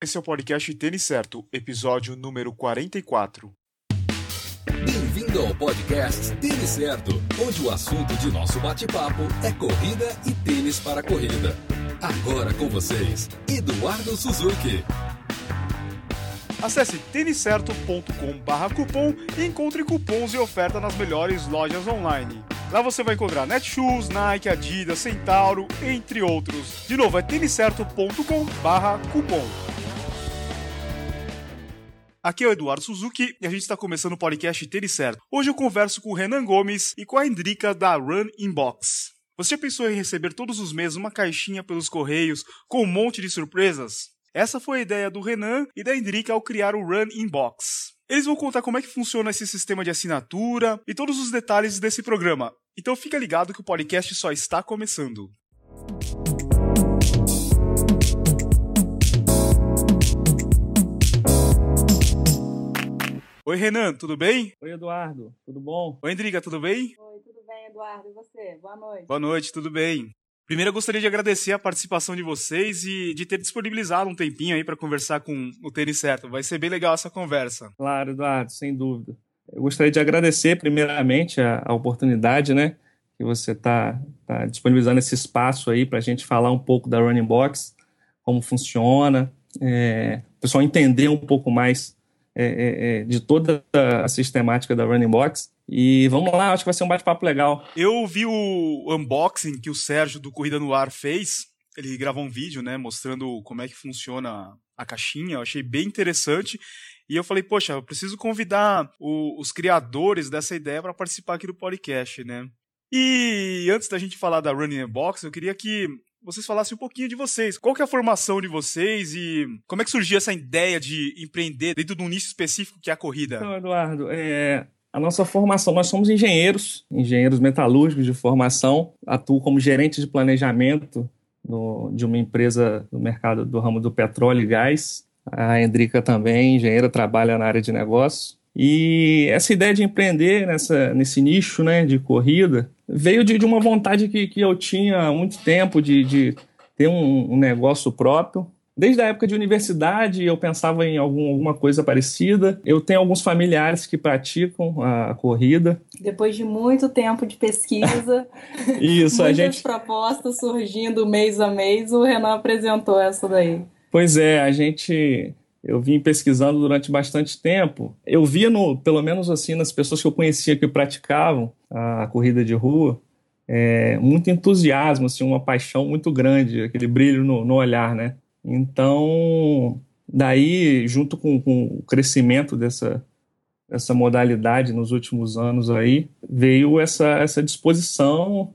Esse é o podcast Tênis Certo, episódio número 44. Bem-vindo ao podcast Tênis Certo, onde o assunto de nosso bate-papo é corrida e tênis para corrida. Agora com vocês, Eduardo Suzuki. Acesse têniscerto.com/cupom e encontre cupons e oferta nas melhores lojas online. Lá você vai encontrar Netshoes, Nike, Adidas, Centauro, entre outros. De novo, é têniscerto.com/cupom. Aqui é o Eduardo Suzuki e a gente está começando o podcast Tênis Certo. Hoje eu converso com o Renan Gomes e com a Endrica da Run Inbox. Você já pensou em receber todos os meses uma caixinha pelos correios com um monte de surpresas? Essa foi a ideia do Renan e da Endrica ao criar o Run Inbox. Eles vão contar como é que funciona esse sistema de assinatura e todos os detalhes desse programa. Então fica ligado que o podcast só está começando. Oi, Renan, tudo bem? Oi, Eduardo, tudo bom? Oi, Endrica, tudo bem? Oi, tudo bem, Eduardo? E você? Boa noite. Boa noite, tudo bem? Primeiro, eu gostaria de agradecer a participação de vocês e de ter disponibilizado um tempinho aí para conversar com o Tênis Certo. Vai ser bem legal essa conversa. Claro, Eduardo, sem dúvida. Eu gostaria de agradecer, primeiramente, a oportunidade, né, que você está disponibilizando esse espaço aí para a gente falar um pouco da Run Inbox, como funciona, o pessoal entender um pouco mais de toda a sistemática da Run Inbox. E vamos lá, acho que vai ser um bate-papo legal. Eu vi o unboxing que o Sérgio do Corrida no Ar fez. Ele gravou um vídeo, né, mostrando como é que funciona a caixinha. Eu achei bem interessante. E eu falei, poxa, eu preciso convidar os criadores dessa ideia para participar aqui do podcast, né? E antes da gente falar da Run Inbox, eu queria que vocês falassem um pouquinho de vocês. Qual que é a formação de vocês e como é que surgiu essa ideia de empreender dentro de um nicho específico que é a corrida? Então, Eduardo, a nossa formação, nós somos engenheiros metalúrgicos de formação, atuo como gerente de planejamento de uma empresa do mercado do ramo do petróleo e gás. A Endrica também, engenheira, trabalha na área de negócio. E essa ideia de empreender nesse nicho, né, de corrida veio de uma vontade que eu tinha há muito tempo de ter um negócio próprio. Desde a época de universidade eu pensava em alguma coisa parecida. Eu tenho alguns familiares que praticam a corrida. Depois de muito tempo de pesquisa, Isso, muitas propostas surgindo mês a mês, o Renan apresentou essa daí. Pois é, eu vim pesquisando durante bastante tempo. Eu via, pelo menos assim, nas pessoas que eu conhecia que praticavam a corrida de rua, muito entusiasmo, assim, uma paixão muito grande, aquele brilho no olhar, né? Então, daí, junto com o crescimento dessa modalidade nos últimos anos aí, veio essa disposição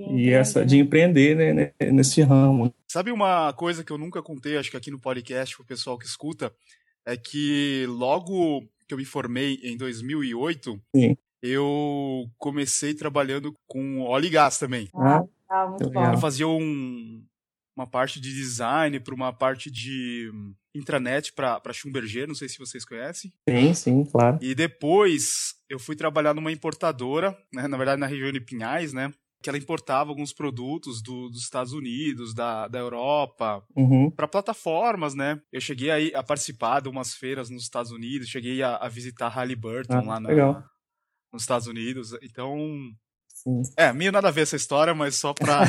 de empreender, né, nesse ramo. Sabe uma coisa que eu nunca contei, acho que aqui no podcast, pro pessoal que escuta, é que logo que eu me formei em 2008, Sim. Eu comecei trabalhando com óleo e gás também. Muito bom. Eu fazia uma parte de design para uma parte de intranet para Schlumberger, não sei se vocês conhecem. Sim, claro. E depois eu fui trabalhar numa importadora, né, na verdade na região de Pinhais, né, que ela importava alguns produtos dos Estados Unidos, da Europa, para plataformas, né. Eu cheguei a participar de umas feiras nos Estados Unidos, cheguei a visitar Halliburton lá nos Estados Unidos, então... Sim. Meio nada a ver essa história, mas só pra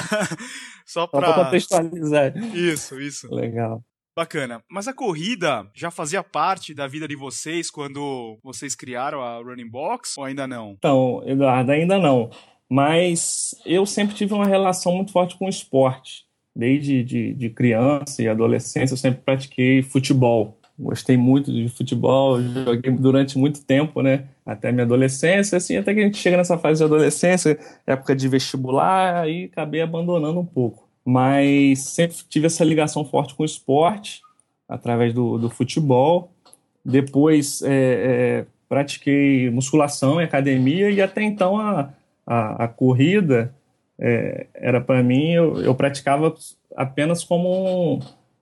contextualizar. Isso. Legal. Bacana. Mas a corrida já fazia parte da vida de vocês quando vocês criaram a Run Inbox ou ainda não? Então, Eduardo, ainda não. Mas eu sempre tive uma relação muito forte com o esporte. Desde de criança e adolescência eu sempre pratiquei futebol. Gostei muito de futebol, joguei durante muito tempo, né? Até minha adolescência, assim, até que a gente chega nessa fase de adolescência, época de vestibular, aí acabei abandonando um pouco. Mas sempre tive essa ligação forte com o esporte, através do futebol. Depois pratiquei musculação e academia, e até então a corrida era para mim, eu praticava apenas como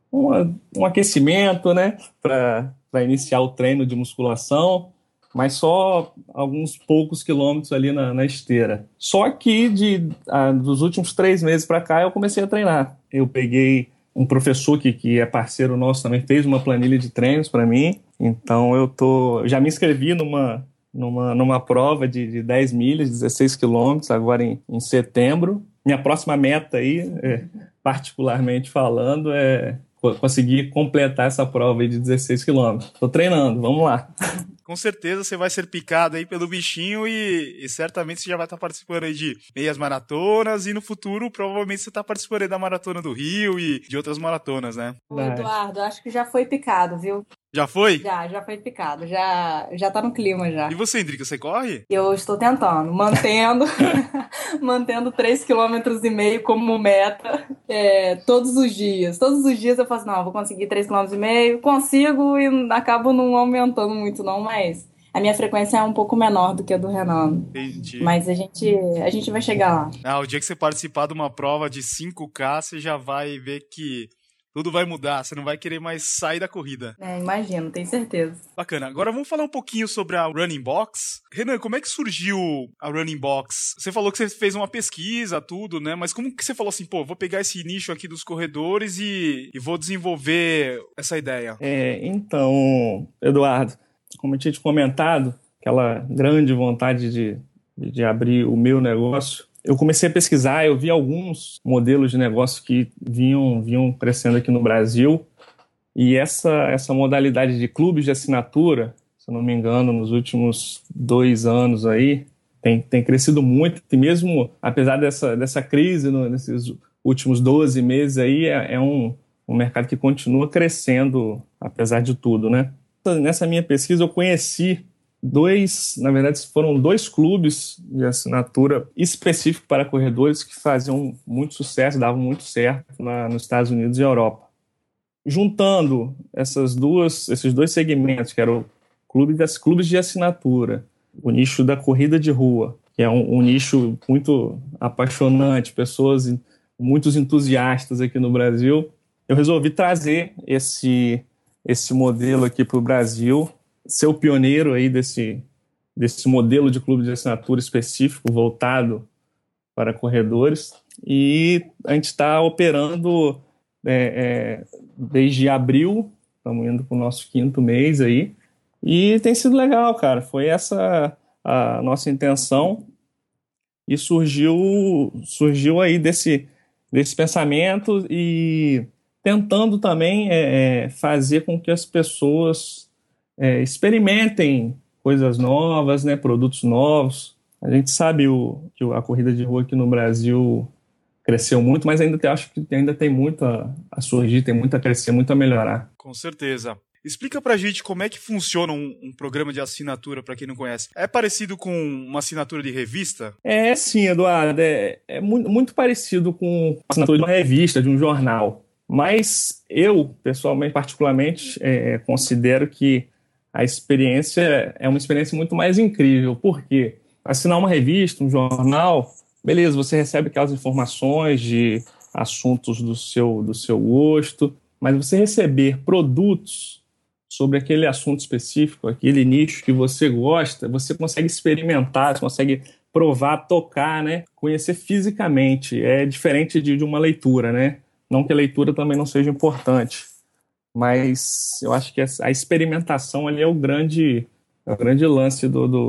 um aquecimento, né, para iniciar o treino de musculação, mas só alguns poucos quilômetros ali na esteira. Só que dos últimos 3 meses para cá eu comecei a treinar. Eu peguei um professor que é parceiro nosso também fez uma planilha de treinos para mim. Então eu já me inscrevi numa prova de 10 milhas, 16 quilômetros, agora em setembro. Minha próxima meta aí, particularmente falando, é conseguir completar essa prova aí de 16 quilômetros. Estou treinando, vamos lá. Com certeza você vai ser picado aí pelo bichinho e certamente você já vai estar participando aí de meias maratonas e no futuro provavelmente você está participando aí da Maratona do Rio e de outras maratonas, né? Ô, Eduardo, acho que já foi picado, viu? Já foi? Já foi picado, já tá no clima já. E você, Hendrika, você corre? Eu estou tentando, mantendo 3,5 km como meta todos os dias. Todos os dias eu faço, não, eu vou conseguir 3,5 km, consigo e acabo não aumentando muito não, mas a minha frequência é um pouco menor do que a do Renan. Entendi. Mas a gente vai chegar lá. O dia que você participar de uma prova de 5K, você já vai ver que tudo vai mudar, você não vai querer mais sair da corrida. Imagino, tenho certeza. Bacana. Agora vamos falar um pouquinho sobre a Running Box. Renan, como é que surgiu a Running Box? Você falou que você fez uma pesquisa, tudo, né? Mas como que você falou assim, vou pegar esse nicho aqui dos corredores e vou desenvolver essa ideia? Então, Eduardo, como eu tinha te comentado, aquela grande vontade de abrir o meu negócio, eu comecei a pesquisar, eu vi alguns modelos de negócio que vinham crescendo aqui no Brasil, e essa modalidade de clubes de assinatura, se eu não me engano, nos últimos 2 anos aí, tem crescido muito, e mesmo apesar dessa crise nesses últimos 12 meses aí, é um mercado que continua crescendo, apesar de tudo, né? Nessa minha pesquisa eu conheci foram 2 clubes de assinatura específicos para corredores que faziam muito sucesso, davam muito certo lá nos Estados Unidos e Europa. Juntando esses 2 segmentos, que eram clubes de assinatura, o nicho da corrida de rua, que é um nicho muito apaixonante, muitos entusiastas aqui no Brasil, eu resolvi trazer esse modelo aqui para o Brasil, ser o pioneiro aí desse modelo de clube de assinatura específico voltado para corredores, e a gente está operando desde abril, estamos indo para o nosso 5º mês aí, e tem sido legal, cara. Foi essa a nossa intenção e surgiu aí desse pensamento, e tentando também fazer com que as pessoas experimentem coisas novas, né, produtos novos. A gente sabe que a corrida de rua aqui no Brasil cresceu muito, mas acho que ainda tem muito a surgir, tem muito a crescer, muito a melhorar. Com certeza. Explica pra gente como é que funciona um programa de assinatura, para quem não conhece. É parecido com uma assinatura de revista? Sim, Eduardo. É muito, muito parecido com a assinatura de uma revista, de um jornal. Mas eu, pessoalmente, particularmente, considero que a experiência é uma experiência muito mais incrível. Por quê? Assinar uma revista, um jornal, beleza, você recebe aquelas informações de assuntos do seu gosto, mas você receber produtos sobre aquele assunto específico, aquele nicho que você gosta, você consegue experimentar, você consegue provar, tocar, né? Conhecer fisicamente. É diferente de uma leitura, né? Não que a leitura também não seja importante, mas eu acho que a experimentação ali é o grande lance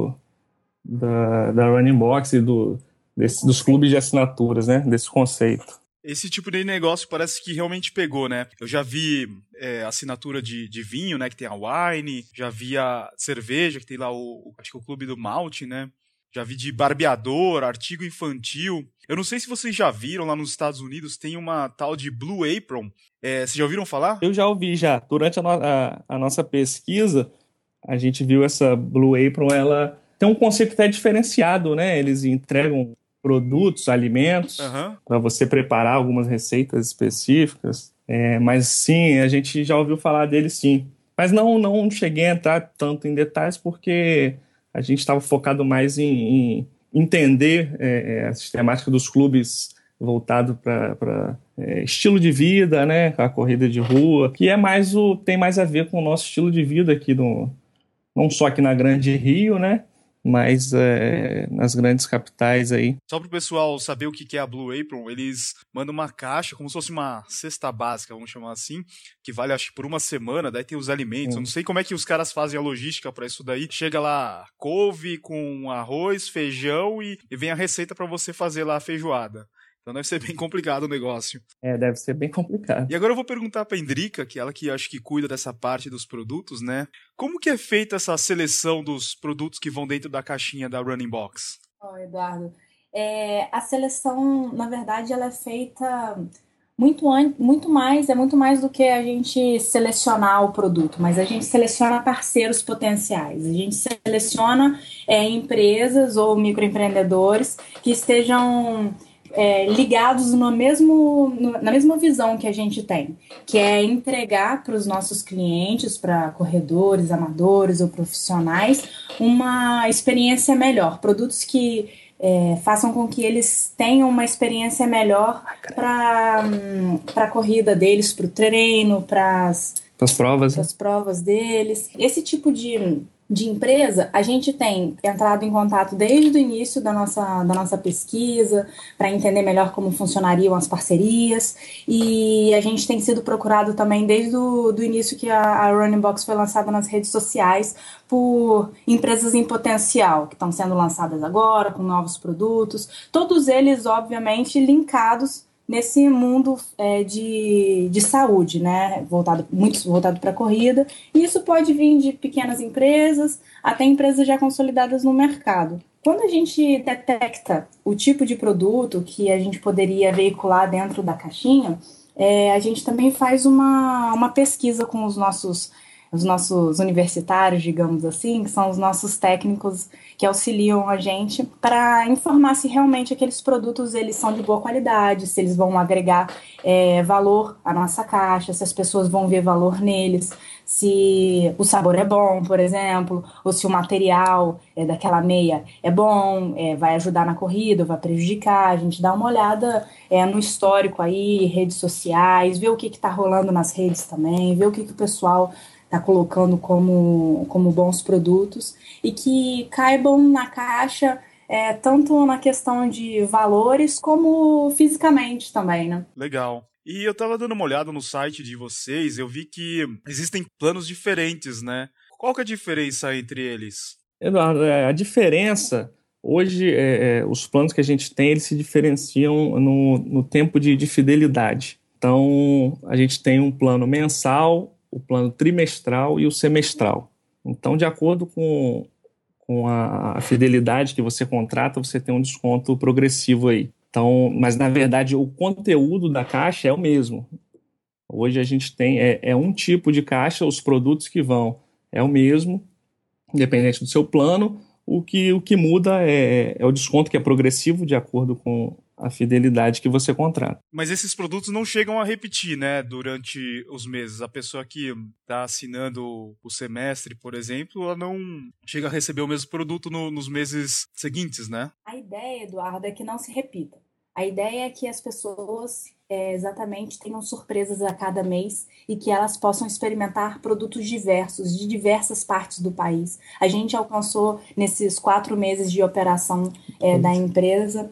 da Running Box e dos clubes de assinaturas, né? Desse conceito. Esse tipo de negócio parece que realmente pegou, né? Eu já vi assinatura de vinho, né? Que tem a Wine, já vi a cerveja, que tem lá acho que o Clube do Malte, né? Já vi de barbeador, artigo infantil. Eu não sei se vocês já viram, lá nos Estados Unidos tem uma tal de Blue Apron. Vocês já ouviram falar? Eu já ouvi, já. Durante a nossa pesquisa, a gente viu essa Blue Apron, ela tem um conceito até diferenciado, né? Eles entregam produtos, alimentos, para você preparar algumas receitas específicas. Mas sim, a gente já ouviu falar dele, sim. Mas não cheguei a entrar tanto em detalhes, porque a gente estava focado mais em entender a sistemática dos clubes voltado para estilo de vida, né, a corrida de rua, que tem mais a ver com o nosso estilo de vida aqui, não só aqui na Grande Rio, né, mas nas grandes capitais aí. Só para o pessoal saber o que é a Blue Apron, eles mandam uma caixa, como se fosse uma cesta básica, vamos chamar assim, que vale, acho que por uma semana, daí tem os alimentos. Eu não sei como é que os caras fazem a logística para isso daí. Chega lá couve com arroz, feijão e vem a receita para você fazer lá a feijoada. Então deve ser bem complicado o negócio. Deve ser bem complicado. E agora eu vou perguntar pra Endrica, que é ela que acho que cuida dessa parte dos produtos, né? Como que é feita essa seleção dos produtos que vão dentro da caixinha da Running Box? Eduardo, a seleção, na verdade, ela é feita muito mais do que a gente selecionar o produto, mas a gente seleciona parceiros potenciais. A gente seleciona empresas ou microempreendedores que estejam ligados na mesma visão que a gente tem, que é entregar para os nossos clientes, para corredores, amadores ou profissionais, uma experiência melhor, produtos que façam com que eles tenham uma experiência melhor para a corrida deles, para o treino, para as provas deles. Esse tipo de empresa, a gente tem entrado em contato desde o início da nossa pesquisa para entender melhor como funcionariam as parcerias, e a gente tem sido procurado também desde o início que a Running Box foi lançada nas redes sociais por empresas em potencial, que estão sendo lançadas agora com novos produtos, todos eles obviamente linkados nesse mundo de saúde, né? Muito voltado para a corrida. E isso pode vir de pequenas empresas até empresas já consolidadas no mercado. Quando a gente detecta o tipo de produto que a gente poderia veicular dentro da caixinha, a gente também faz uma pesquisa com os nossos universitários, digamos assim, que são os nossos técnicos que auxiliam a gente para informar se realmente aqueles produtos eles são de boa qualidade, se eles vão agregar valor à nossa caixa, se as pessoas vão ver valor neles, se o sabor é bom, por exemplo, ou se o material daquela meia é bom, vai ajudar na corrida, vai prejudicar. A gente dá uma olhada no histórico aí, redes sociais, ver o que está rolando nas redes também, ver o que o pessoal está colocando como bons produtos e que caibam na caixa tanto na questão de valores como fisicamente também, né? Legal. E eu estava dando uma olhada no site de vocês, eu vi que existem planos diferentes, né? Qual que é a diferença entre eles? Eduardo, a diferença, hoje, os planos que a gente tem, eles se diferenciam no tempo de fidelidade. Então, a gente tem um plano mensal, o plano trimestral e o semestral. Então, de acordo com a fidelidade que você contrata, você tem um desconto progressivo aí. Então, mas, na verdade, o conteúdo da caixa é o mesmo. Hoje a gente tem um tipo de caixa, os produtos que vão é o mesmo, independente do seu plano. O que muda é o desconto, que é progressivo de acordo com a fidelidade que você contrata. Mas esses produtos não chegam a repetir, né, durante os meses. A pessoa que está assinando o semestre, por exemplo, ela não chega a receber o mesmo produto nos meses seguintes, né? A ideia, Eduardo, é que não se repita. A ideia é que as pessoas exatamente tenham surpresas a cada mês e que elas possam experimentar produtos diversos, de diversas partes do país. A gente alcançou, nesses 4 meses de operação da empresa,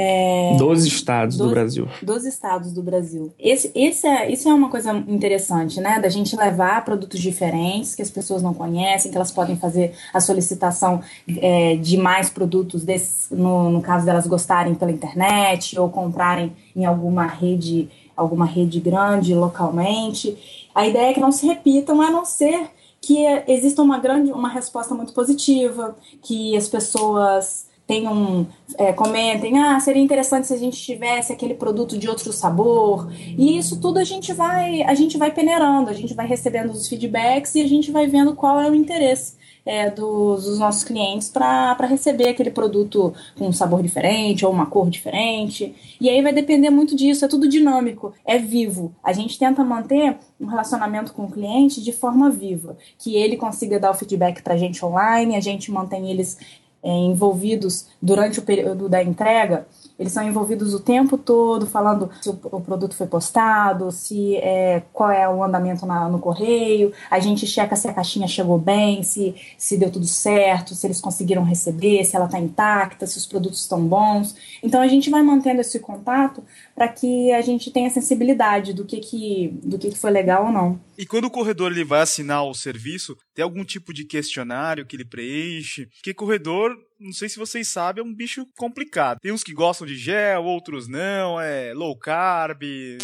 12 estados do Brasil. 12 estados do Brasil. Isso é uma coisa interessante, né? Da gente levar produtos diferentes que as pessoas não conhecem, que elas podem fazer a solicitação de mais produtos desses, no caso delas gostarem pela internet ou comprarem em alguma rede grande localmente. A ideia é que não se repitam, a não ser que exista uma resposta muito positiva, que as pessoas comentem, seria interessante se a gente tivesse aquele produto de outro sabor. E isso tudo a gente vai peneirando, a gente vai recebendo os feedbacks e a gente vai vendo qual é o interesse dos nossos clientes para receber aquele produto com um sabor diferente ou uma cor diferente. E aí vai depender muito disso, é tudo dinâmico, é vivo. A gente tenta manter um relacionamento com o cliente de forma viva, que ele consiga dar o feedback para a gente online, a gente mantém eles envolvidos durante o período da entrega, eles são envolvidos o tempo todo, falando se o produto foi postado, qual é o andamento no correio, a gente checa se a caixinha chegou bem, se deu tudo certo, se eles conseguiram receber, se ela está intacta, se os produtos estão bons. Então a gente vai mantendo esse contato para que a gente tenha sensibilidade do que foi legal ou não. E quando o corredor ele vai assinar o serviço, tem algum tipo de questionário que ele preenche? Porque corredor, não sei se vocês sabem, é um bicho complicado. Tem uns que gostam de gel, outros não, é low carb,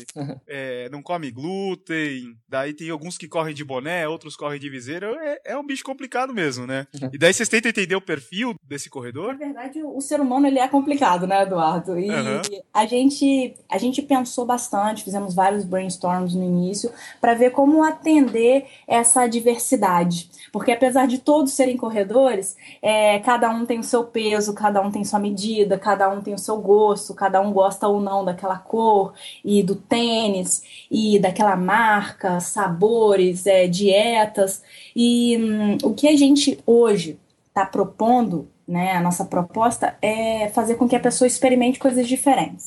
não come glúten. Daí tem alguns que correm de boné, outros correm de viseira. É um bicho complicado mesmo, né? E daí vocês tentam entender o perfil desse corredor? Na verdade, o ser humano ele é complicado, né, Eduardo? E a gente pensou bastante, fizemos vários brainstorms no início para ver como atender essa diversidade. Porque apesar de todos serem corredores, cada um tem o seu peso, cada um tem sua medida, cada um tem o seu gosto, cada um gosta ou não daquela cor e do tênis e daquela marca, sabores, dietas. E o que a gente hoje está propondo, né, a nossa proposta é fazer com que a pessoa experimente coisas diferentes.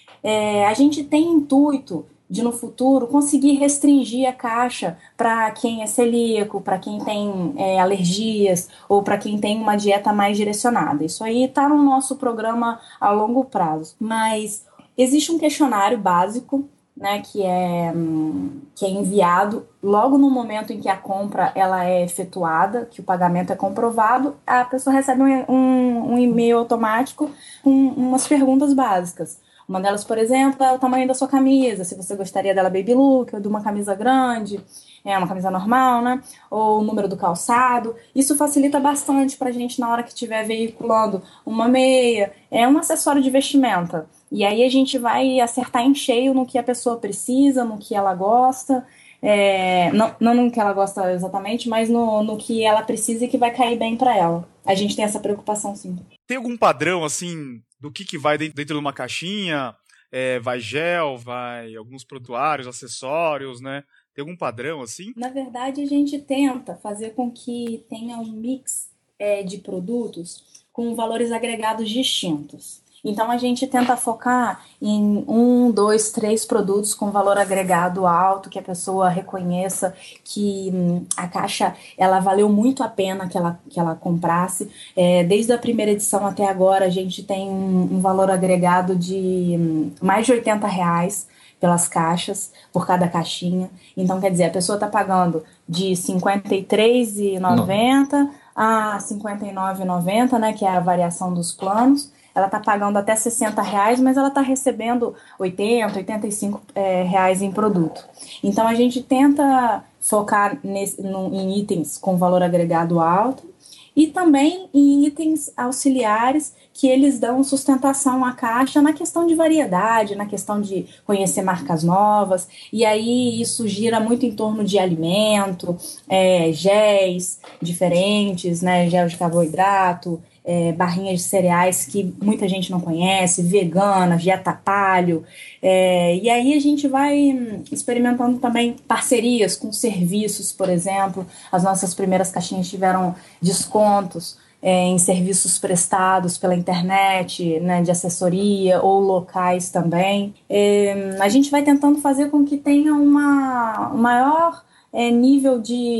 A gente tem intuito de, no futuro, conseguir restringir a caixa para quem é celíaco, para quem tem alergias ou para quem tem uma dieta mais direcionada. Isso aí está no nosso programa a longo prazo. Mas existe um questionário básico, né, que é enviado logo no momento em que a compra ela é efetuada, que o pagamento é comprovado, a pessoa recebe um e-mail automático com umas perguntas básicas. Uma delas, por exemplo, é o tamanho da sua camisa, se você gostaria dela baby look ou de uma camisa grande, uma camisa normal, né? Ou o número do calçado. Isso facilita bastante para a gente na hora que estiver veiculando uma meia, um acessório de vestimenta. E aí a gente vai acertar em cheio no que a pessoa precisa, no que ela gosta, não no que ela gosta exatamente, mas no que ela precisa e que vai cair bem para ela. A gente tem essa preocupação, sim. Tem algum padrão, assim, do que vai dentro de uma caixinha? Vai gel, vai alguns prontuários, acessórios, né? Tem algum padrão, assim? Na verdade, a gente tenta fazer com que tenha um mix de produtos com valores agregados distintos. Então, a gente tenta focar em 1, 2, 3 produtos com valor agregado alto, que a pessoa reconheça que a caixa ela valeu muito a pena que ela comprasse. Desde a primeira edição até agora, a gente tem um valor agregado de mais de R$80 pelas caixas, por cada caixinha. Então, quer dizer, a pessoa está pagando de R$ 53,90 a R$ 59,90, né, que é a variação dos planos. Ela está pagando até R$60, mas ela está recebendo R$80, R$85 em produto. Então, a gente tenta focar em itens com valor agregado alto e também em itens auxiliares que eles dão sustentação à caixa na questão de variedade, na questão de conhecer marcas novas. E aí isso gira muito em torno de alimento, géis diferentes, né, gel de carboidrato, barrinhas de cereais que muita gente não conhece, veganas, dieta paleo. E aí a gente vai experimentando também parcerias com serviços, por exemplo. As nossas primeiras caixinhas tiveram descontos em serviços prestados pela internet, né, de assessoria ou locais também. A gente vai tentando fazer com que tenha um maior nível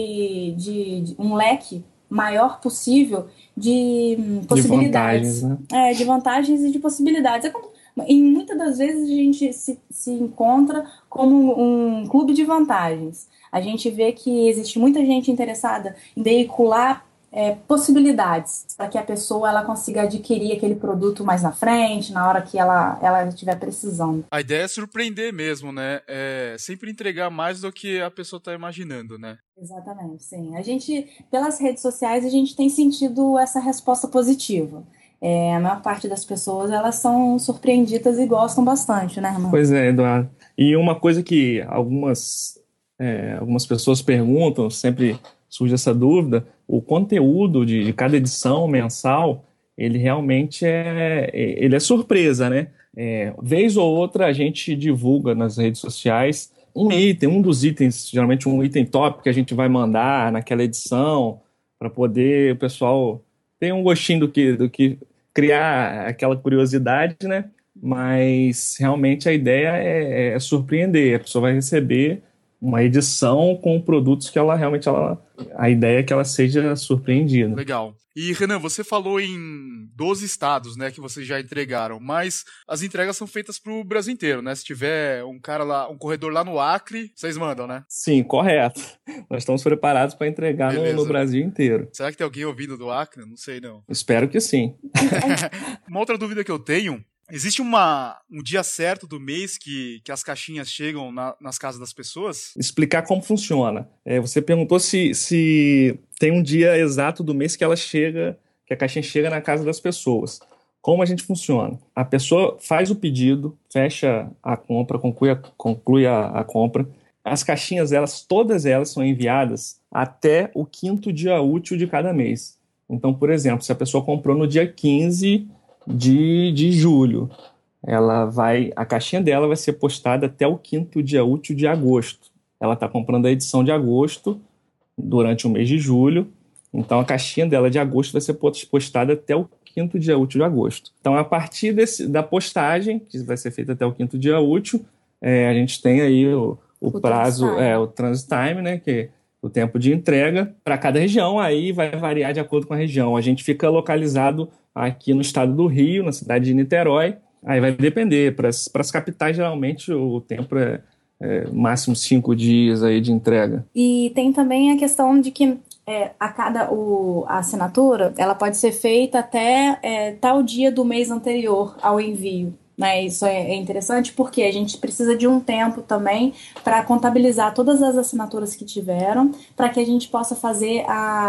de um leque maior possível de possibilidades. De vantagens, né? De vantagens e de possibilidades. E muitas das vezes a gente se encontra como um clube de vantagens. A gente vê que existe muita gente interessada em veicular possibilidades para que a pessoa ela consiga adquirir aquele produto mais na frente, na hora que ela estiver precisando. A ideia é surpreender mesmo, né? Sempre entregar mais do que a pessoa está imaginando, né? Exatamente, sim. A gente, pelas redes sociais, a gente tem sentido essa resposta positiva. A maior parte das pessoas, elas são surpreendidas e gostam bastante, né, irmão? Pois é, Eduardo. E uma coisa que algumas pessoas perguntam, sempre surge essa dúvida, o conteúdo de cada edição mensal, ele realmente ele é surpresa, né? Vez ou outra a gente divulga nas redes sociais um dos itens, geralmente um item top que a gente vai mandar naquela edição, para poder o pessoal tem um gostinho do que criar aquela curiosidade, né? Mas realmente a ideia é surpreender. A pessoa vai receber uma edição com produtos que ela realmente... a ideia é que ela seja surpreendida. Legal. E, Renan, você falou em 12 estados, né, que vocês já entregaram, mas as entregas são feitas pro Brasil inteiro, né? Se tiver um cara lá, um corredor lá no Acre, vocês mandam, né? Sim, correto. Nós estamos preparados para entregar no Brasil inteiro. Será que tem alguém ouvindo do Acre? Não sei, não. Espero que sim. Uma outra dúvida que eu tenho: existe um dia certo do mês que as caixinhas chegam nas casas das pessoas? Explicar como funciona. Você perguntou se tem um dia exato do mês que a caixinha chega na casa das pessoas. Como a gente funciona? A pessoa faz o pedido, fecha a compra, conclui a compra. As caixinhas, todas elas são enviadas até o 5º dia útil de cada mês. Então, por exemplo, se a pessoa comprou no dia 15 de julho, a caixinha dela vai ser postada até o 5º dia útil de agosto. Ela está comprando a edição de agosto durante o mês de julho, então a caixinha dela de agosto vai ser postada até o 5º dia útil de agosto. Então, a partir da postagem, que vai ser feita até o 5º dia útil, a gente tem aí o prazo, o transit time, né, que é o tempo de entrega para cada região. Aí vai variar de acordo com a região. A gente fica localizado aqui no estado do Rio, na cidade de Niterói. Aí vai depender. Para as capitais, geralmente, o tempo é máximo 5 dias aí de entrega. E tem também a questão de que a assinatura ela pode ser feita até tal dia do mês anterior ao envio. Né? Isso é interessante porque a gente precisa de um tempo também para contabilizar todas as assinaturas que tiveram, para que a gente possa fazer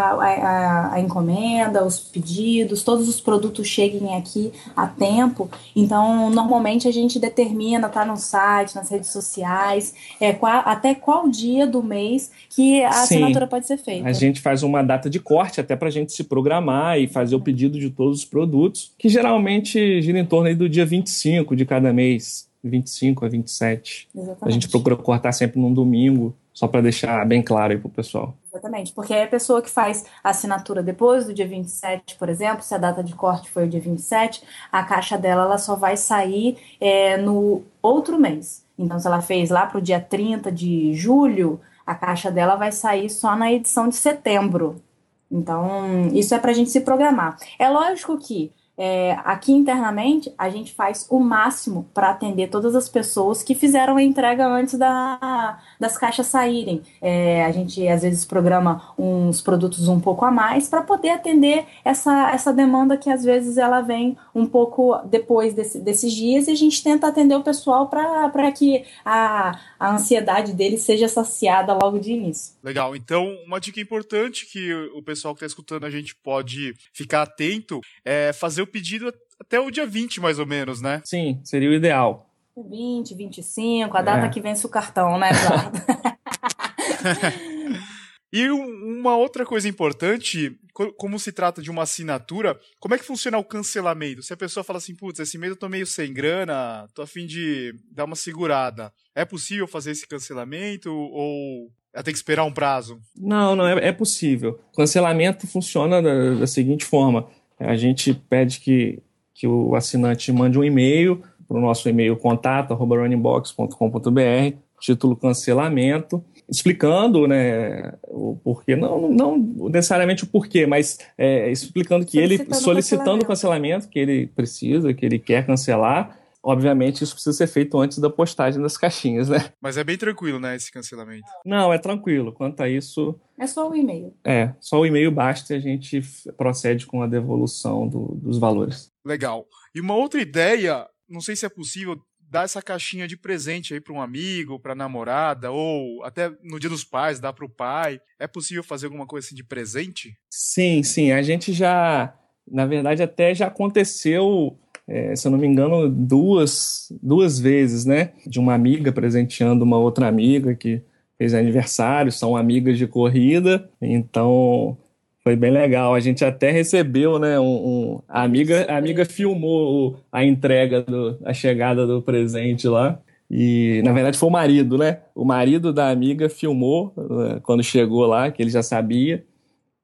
a encomenda, os pedidos, todos os produtos cheguem aqui a tempo. Então, normalmente a gente determina, tá no site, nas redes sociais, até qual dia do mês que a assinatura pode ser feita. A gente faz uma data de corte até para a gente se programar e fazer o pedido de todos os produtos, que geralmente gira em torno aí do dia 25 de cada mês, 25 a 27. Exatamente. A gente procura cortar sempre num domingo, só para deixar bem claro aí pro pessoal. Exatamente, porque aí a pessoa que faz a assinatura depois do dia 27, por exemplo, se a data de corte foi o dia 27, a caixa dela ela só vai sair no outro mês. Então, se ela fez lá pro dia 30 de julho, a caixa dela vai sair só na edição de setembro. Então, isso é pra gente se programar. É lógico que aqui internamente a gente faz o máximo para atender todas as pessoas que fizeram a entrega antes das caixas saírem. A gente às vezes programa uns produtos um pouco a mais para poder atender essa demanda que às vezes ela vem um pouco depois desses dias, e a gente tenta atender o pessoal para que a ansiedade deles seja saciada logo de início. Legal, então uma dica importante que o pessoal que está escutando a gente pode ficar atento é fazer o pedido até o dia 20, mais ou menos, né? Sim, seria o ideal. 20, 25, a data que vence o cartão, né, Eduardo? E uma outra coisa importante, como se trata de uma assinatura, como é que funciona o cancelamento? Se a pessoa fala assim, putz, esse mês eu tô meio sem grana, tô a fim de dar uma segurada, é possível fazer esse cancelamento ou tem que esperar um prazo? Não, é possível. O cancelamento funciona da seguinte forma: a gente pede que o assinante mande um e-mail para o nosso e-mail contato@runningbox.com.br, título cancelamento, explicando, né, o porquê, não necessariamente o porquê, mas explicando que solicitando o cancelamento, que ele precisa, que ele quer cancelar. Obviamente, isso precisa ser feito antes da postagem das caixinhas, né? Mas é bem tranquilo, né, esse cancelamento? Não, é tranquilo. Quanto a isso... É só o e-mail. Só o e-mail basta e a gente procede com a devolução dos valores. Legal. E uma outra ideia, não sei se é possível dar essa caixinha de presente aí para um amigo, para namorada, ou até no Dia dos Pais, dar para o pai. É possível fazer alguma coisa assim de presente? Sim. A gente na verdade, até já aconteceu... se eu não me engano, duas vezes, né? De uma amiga presenteando uma outra amiga que fez aniversário, são amigas de corrida, então foi bem legal. A gente até recebeu, né? A amiga filmou a entrega, a chegada do presente lá. E, na verdade, foi o marido, né? O marido da amiga filmou quando chegou lá, que ele já sabia.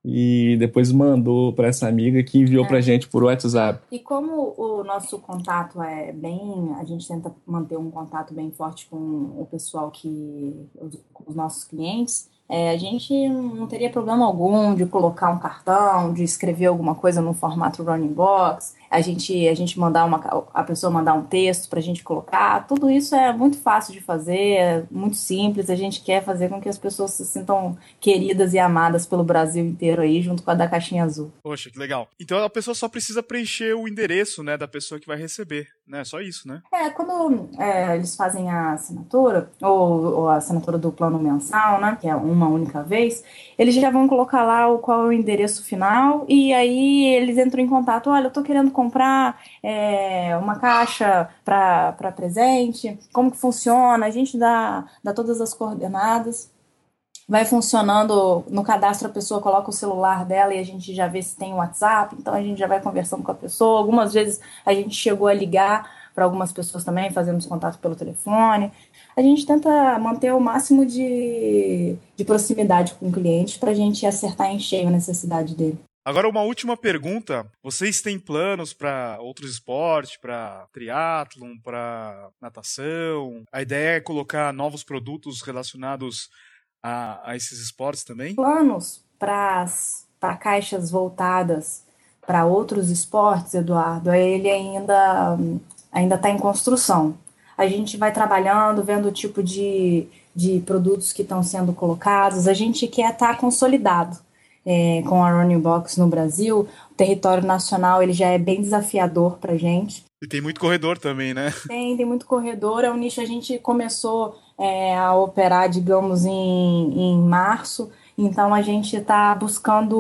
e depois mandou para essa amiga que enviou para a gente por WhatsApp. E como o nosso contato é bem... A gente tenta manter um contato bem forte com o pessoal com os nossos clientes, a gente não teria problema algum de colocar um cartão, de escrever alguma coisa no formato Running Box, a gente mandar a pessoa mandar um texto para a gente colocar. Tudo isso é muito fácil de fazer, é muito simples. A gente quer fazer com que as pessoas se sintam queridas e amadas pelo Brasil inteiro aí, junto com a da Caixinha Azul. Poxa, que legal. Então a pessoa só precisa preencher o endereço, né, da pessoa que vai receber, né? Só isso, né? Quando eles fazem a assinatura, ou a assinatura do plano mensal, né, que é uma única vez, eles já vão colocar lá qual é o endereço final, e aí eles entram em contato. Olha, eu tô querendo comprar uma caixa para presente, como que funciona? A gente dá todas as coordenadas. Vai funcionando no cadastro, a pessoa coloca o celular dela e a gente já vê se tem WhatsApp, então a gente já vai conversando com a pessoa. Algumas vezes a gente chegou a ligar para algumas pessoas também, fazemos contato pelo telefone. A gente tenta manter o máximo de proximidade com o cliente para a gente acertar em cheio a necessidade dele. Agora, uma última pergunta. Vocês têm planos para outros esportes, para triatlon, para natação? A ideia é colocar novos produtos relacionados a esses esportes também? Planos para caixas voltadas para outros esportes, Eduardo, ele ainda está em construção. A gente vai trabalhando, vendo o tipo de produtos que estão sendo colocados. A gente quer estar consolidado com a Running Box no Brasil. O território nacional ele já é bem desafiador para a gente. E tem muito corredor também, né? Tem muito corredor. É um nicho, a gente começou a operar, digamos, em março. Então, a gente está buscando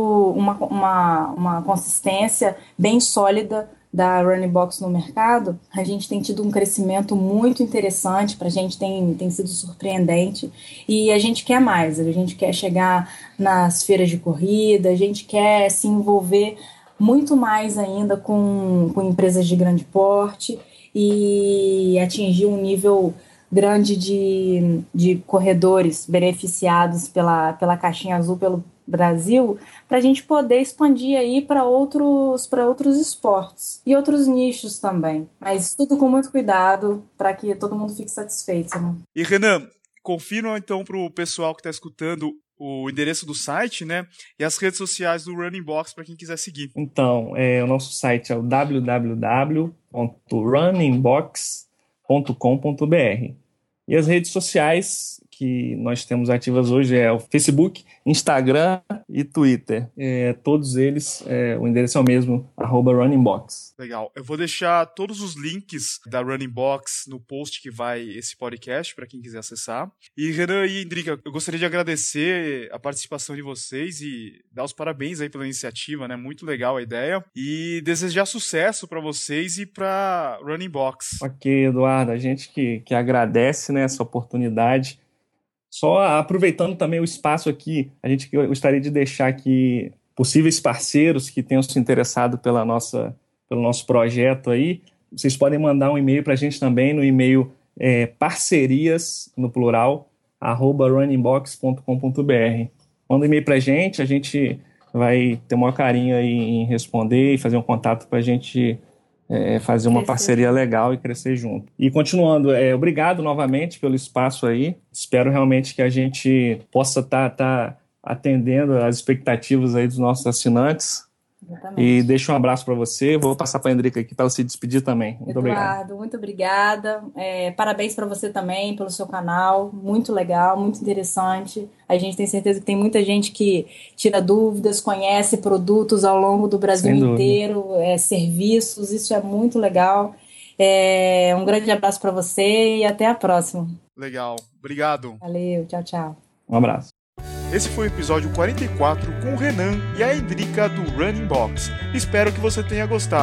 uma consistência bem sólida da Running Box no mercado. A gente tem tido um crescimento muito interessante, para a gente tem sido surpreendente, e a gente quer mais, a gente quer chegar nas feiras de corrida, a gente quer se envolver muito mais ainda com empresas de grande porte e atingir um nível grande de corredores beneficiados pela Caixinha Azul, pelo Brasil, para a gente poder expandir aí para outros esportes e outros nichos também. Mas tudo com muito cuidado para que todo mundo fique satisfeito, né? E Renan, confirma então para o pessoal que está escutando o endereço do site, né? E as redes sociais do Running Box para quem quiser seguir. Então, o nosso site é o www.runningbox.com.br. E as redes sociais que nós temos ativas hoje é o Facebook, Instagram e Twitter. Todos eles, o endereço é o mesmo, @runningbox. Legal. Eu vou deixar todos os links da Running Box no post que vai esse podcast, para quem quiser acessar. E Renan e Indrica, eu gostaria de agradecer a participação de vocês e dar os parabéns aí pela iniciativa, né? Muito legal a ideia. E desejar sucesso para vocês e para Running Box. Ok, Eduardo, a gente que agradece, né, essa oportunidade. Só aproveitando também o espaço aqui, a gente gostaria de deixar aqui possíveis parceiros que tenham se interessado pelo nosso projeto aí. Vocês podem mandar um e-mail para a gente também no e-mail parcerias, no plural, @runningbox.com.br. Manda um e-mail para a gente vai ter o maior carinho aí em responder e fazer um contato para a gente fazer uma parceria legal e crescer junto. E continuando, obrigado novamente pelo espaço aí. Espero realmente que a gente possa estar atendendo às expectativas aí dos nossos assinantes. Exatamente. E deixo um abraço para você. Vou passar para a Indrica aqui para ela se despedir também. Muito Eduardo, muito obrigada. Parabéns para você também pelo seu canal. Muito legal, muito interessante. A gente tem certeza que tem muita gente que tira dúvidas, conhece produtos ao longo do Brasil inteiro, serviços. Isso é muito legal. Um grande abraço para você e até a próxima. Legal. Obrigado. Valeu. Tchau, tchau. Um abraço. Esse foi o episódio 44 com o Renan e a Indrica do Running Box. Espero que você tenha gostado.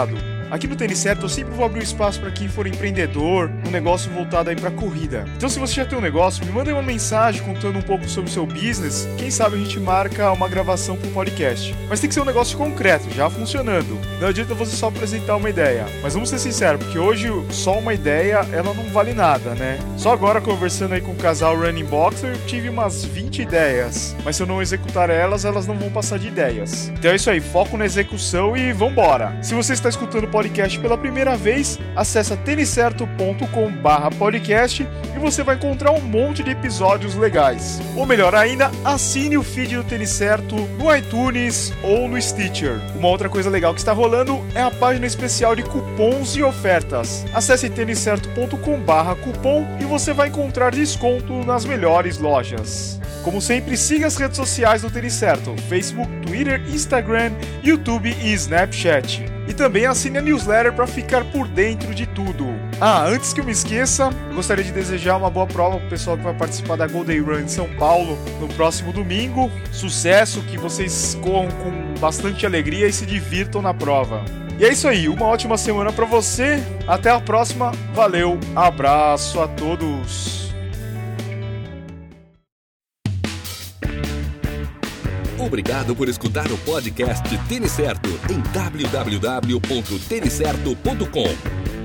Aqui no Tênis Certo eu sempre vou abrir um espaço para quem for empreendedor, um negócio voltado aí para corrida. Então se você já tem um negócio, me manda aí uma mensagem contando um pouco sobre o seu business. Quem sabe a gente marca uma gravação para o podcast. Mas tem que ser um negócio concreto, já funcionando. Não adianta você só apresentar uma ideia. Mas vamos ser sinceros, porque hoje só uma ideia, ela não vale nada, né? Só agora conversando aí com o casal Running Boxer, eu tive umas 20 ideias. Mas se eu não executar elas não vão passar de ideias. Então é isso aí, foco na execução e vambora. Se você está escutando o podcast pela primeira vez, acessa tenicerto.com/podcast e você vai encontrar um monte de episódios legais. Ou melhor ainda, assine o feed do Tênis Certo no iTunes ou no Stitcher. Uma outra coisa legal que está rolando é a página especial de cupons e ofertas. Acesse tenicerto.com/cupom e você vai encontrar desconto nas melhores lojas. Como sempre, siga as redes sociais do Tênis Certo: Facebook, Twitter, Instagram, YouTube e Snapchat. E também assine a newsletter para ficar por dentro de tudo. Antes que eu me esqueça, eu gostaria de desejar uma boa prova pro pessoal que vai participar da Golden Run em São Paulo no próximo domingo. Sucesso, que vocês corram com bastante alegria e se divirtam na prova. E é isso aí, uma ótima semana para você. Até a próxima, valeu, abraço a todos. Obrigado por escutar o podcast Tênis Certo em www.tenicerto.com.